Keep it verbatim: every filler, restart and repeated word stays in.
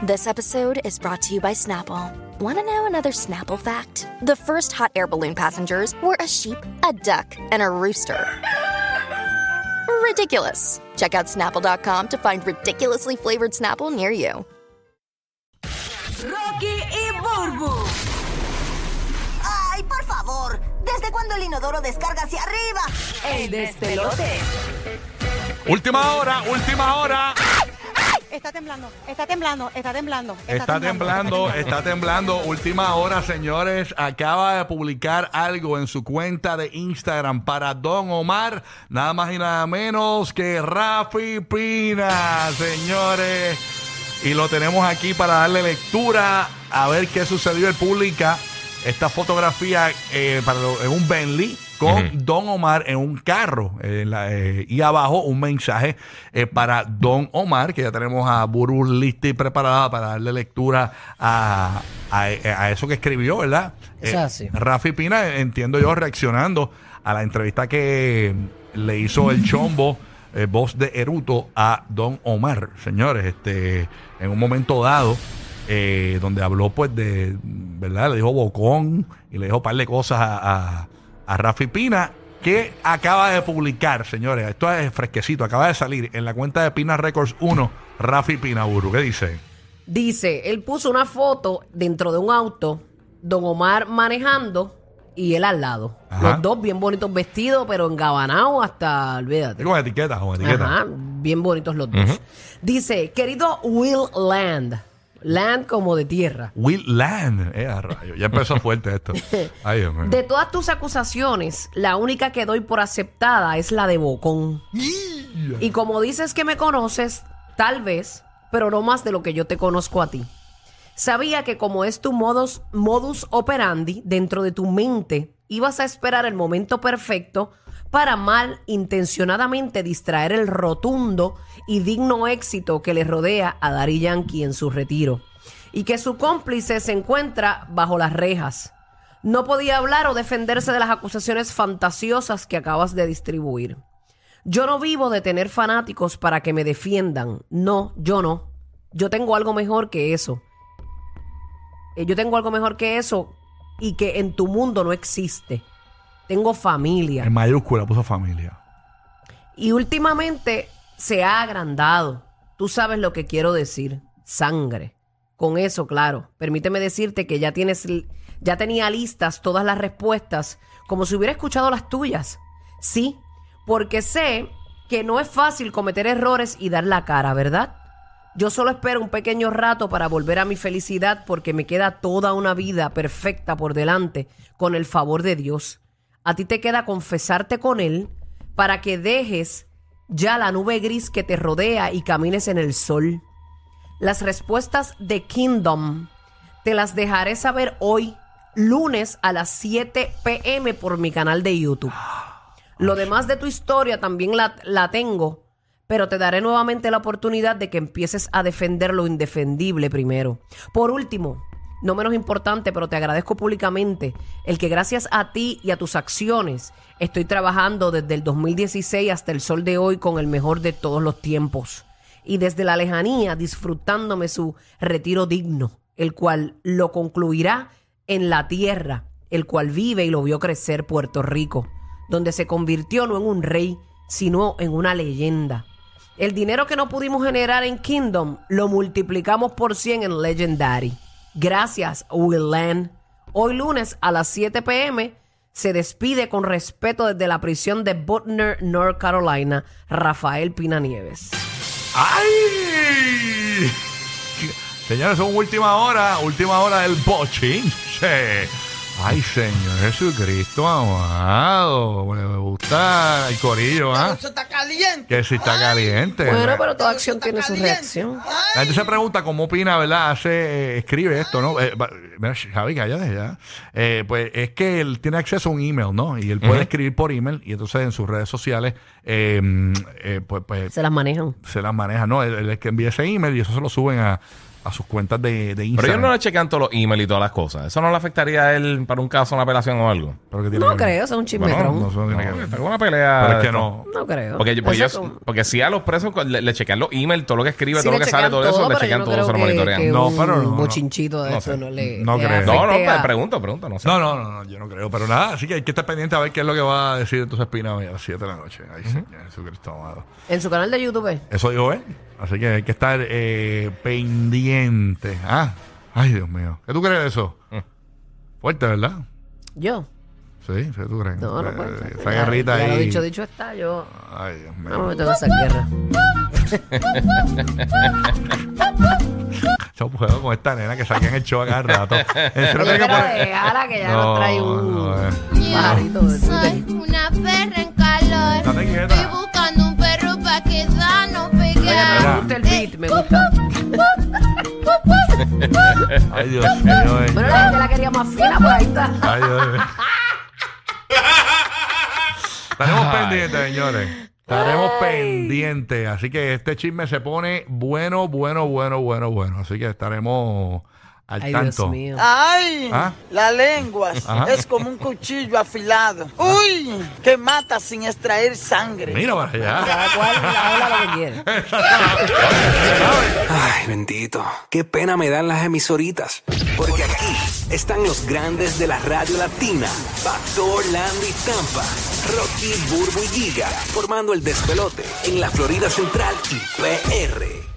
This episode is brought to you by Snapple. Want to know another Snapple fact? The first hot air balloon passengers were a sheep, a duck, and a rooster. Ridiculous. Check out Snapple dot com to find ridiculously flavored Snapple near you. Rocky y Burbu. ¡Ay, por favor! ¿Desde cuándo el inodoro descarga hacia arriba? El despelote. Última hora, última hora. Está temblando, está temblando, está temblando. Está, Está temblando, está temblando. Última hora, señores. Acaba de publicar algo en su cuenta de Instagram para Don Omar. Nada más y nada menos que Rafi Pina, señores. Y lo tenemos aquí para darle lectura a ver qué sucedió. Él publica esta fotografía eh, para lo, en un Bentley con uh-huh. Don Omar en un carro. Eh, la, eh, y abajo un mensaje eh, para Don Omar, que ya tenemos a Buru lista y preparada para darle lectura a, a, a eso que escribió, ¿verdad? Eso es así. Eh, Rafi Pina, entiendo yo, reaccionando a la entrevista que le hizo el Chombo, eh, voz de Eruto, a Don Omar. Señores, este, en un momento dado, eh, donde habló pues de, ¿verdad? Le dijo bocón y le dijo un par de cosas a... a a Rafi Pina, que acaba de publicar, señores, esto es fresquecito, acaba de salir en la cuenta de Pina Records uno, Rafi Pina, Buru. ¿Qué dice? Dice, él puso una foto dentro de un auto, Don Omar manejando y él al lado. Ajá. Los dos bien bonitos vestidos, pero engabanados hasta, olvídate. Con etiqueta, con etiqueta. Ajá, bien bonitos los dos. Uh-huh. Dice, querido Will Land, Land como de tierra. Will Land. Eh, a rayo. Ya empezó fuerte esto. Ay, Dios mío. De todas tus acusaciones, la única que doy por aceptada es la de bocón. Y como dices que me conoces, tal vez, pero no más de lo que yo te conozco a ti. Sabía que como es tu modus, modus operandi, dentro de tu mente, ibas a esperar el momento perfecto para malintencionadamente distraer el rotundo y digno éxito que le rodea a Daddy Yankee en su retiro, y que su cómplice se encuentra bajo las rejas. No podía hablar o defenderse de las acusaciones fantasiosas que acabas de distribuir. Yo no vivo de tener fanáticos para que me defiendan. No, yo no. Yo tengo algo mejor que eso. Eh, yo tengo algo mejor que eso y que en tu mundo no existe. Tengo familia. En mayúscula puso familia. Y últimamente se ha agrandado. Tú sabes lo que quiero decir. Sangre. Con eso, claro. Permíteme decirte que ya tienes, ya tenía listas todas las respuestas, como si hubiera escuchado las tuyas. Sí, porque sé que no es fácil cometer errores y dar la cara, ¿verdad? Yo solo espero un pequeño rato para volver a mi felicidad, porque me queda toda una vida perfecta por delante, con el favor de Dios. A ti te queda confesarte con Él para que dejes ya la nube gris que te rodea y camines en el sol. Las respuestas de Kingdom te las dejaré saber hoy, lunes a las siete pe eme por mi canal de YouTube. Lo demás de tu historia también la, la tengo, pero te daré nuevamente la oportunidad de que empieces a defender lo indefendible primero. Por último, no menos importante, pero te agradezco públicamente el que gracias a ti y a tus acciones estoy trabajando desde el dos mil dieciséis hasta el sol de hoy con el mejor de todos los tiempos. Y desde la lejanía disfrutándome su retiro digno, el cual lo concluirá en la tierra, el cual vive y lo vio crecer, Puerto Rico, donde se convirtió no en un rey, sino en una leyenda. El dinero que no pudimos generar en Kingdom lo multiplicamos por cien en Legendary. Gracias, Will Land. Hoy lunes a las siete pe eme se despide con respeto desde la prisión de Butner, North Carolina, Rafael Pina Nieves. ¡Ay! Señores, son última hora, última hora del bochinche. Ay, Señor Jesucristo amado. Me gusta el corillo, ¿ah? ¿eh? Eso está caliente. Que si está caliente. Bueno, ¿verdad? pero toda acción tiene su reacción. La gente se pregunta cómo Pina, ¿verdad? Hace, eh, escribe esto, ¿no? Eh, mira, Javi, cállate ya. Eh, pues es que él tiene acceso a un email, ¿no? Y él puede uh-huh. escribir por email y entonces en sus redes sociales, eh, eh, pues, pues... Se las manejan. Se las maneja, ¿no? Él, él es que envía ese email y eso se lo suben a... a sus cuentas de, de Instagram. Pero ellos no le chequean todos los emails y todas las cosas. ¿Eso no le afectaría a él para un caso, una apelación o algo? ¿Pero qué tiene No que ver? creo, eso es un chisme Bueno, tron. No, eso no tiene que ver. Está con una pelea. Pero es que de- no. No creo. Porque, porque, Eso ellos- es como- porque si a los presos le, le chequean los emails, todo lo que escribe, Sí, todo le lo que sale, chequean todo eso, le pero chequean yo todo, no se lo creo que- monitorean. que No, un pero no, no. mochinchito de No eso sé. no le No le creo. No, no, afecte a- pues, pregunto, pregunto, no sé. No, no, no, no, yo no creo. Pero nada, así que hay que estar pendiente a ver qué es lo que va a decir entonces Pina hoy a las siete de la noche. Ay, Señor Jesucristo amado. En su canal de YouTube. Eso dijo él. Así que hay que estar eh, pendiente. Ah, ay, Dios mío. ¿Qué tú crees de eso? Mm. Fuerte, ¿verdad? Yo. Sí, sí, tú crees. No, no Eh, puede ser. Esa Ya- guerrita ya ahí. lo dicho, dicho está, yo Ay, Dios mío. no me meto en esa guerra. Yo puedo con esta nena que saqué en el show acá al rato. ¿En serio Oye, tiene que pero poner- déjala que ya No, nos trae un no, eh. pajarito de Soy Twitter. una perra en calor. Estate Estoy quieta. buscando un perro pa' quedarnos Oye, pero pegados. me gusta el beat, me gusta. Ay, Dios mío. eh. Bueno, la gente la quería más fina, pues ahí está. Ay, Dios mío. Estaremos Ay. pendientes, señores. Estaremos pendientes. Así que este chisme se pone bueno, bueno, bueno, bueno, bueno. Así que estaremos al Ay, tanto. Dios mío. Ay, ¿Ah? la lengua Ajá. es como un cuchillo afilado. Uy, que mata sin extraer sangre. Mira para allá. Cada cual habla lo que quiere. Ay, bendito. Qué pena me dan las emisoritas. Porque aquí están los grandes de la radio latina. Pastor, Landy, Tampa. Rocky, Burbu y Giga. Formando el despelote en la Florida Central y P R.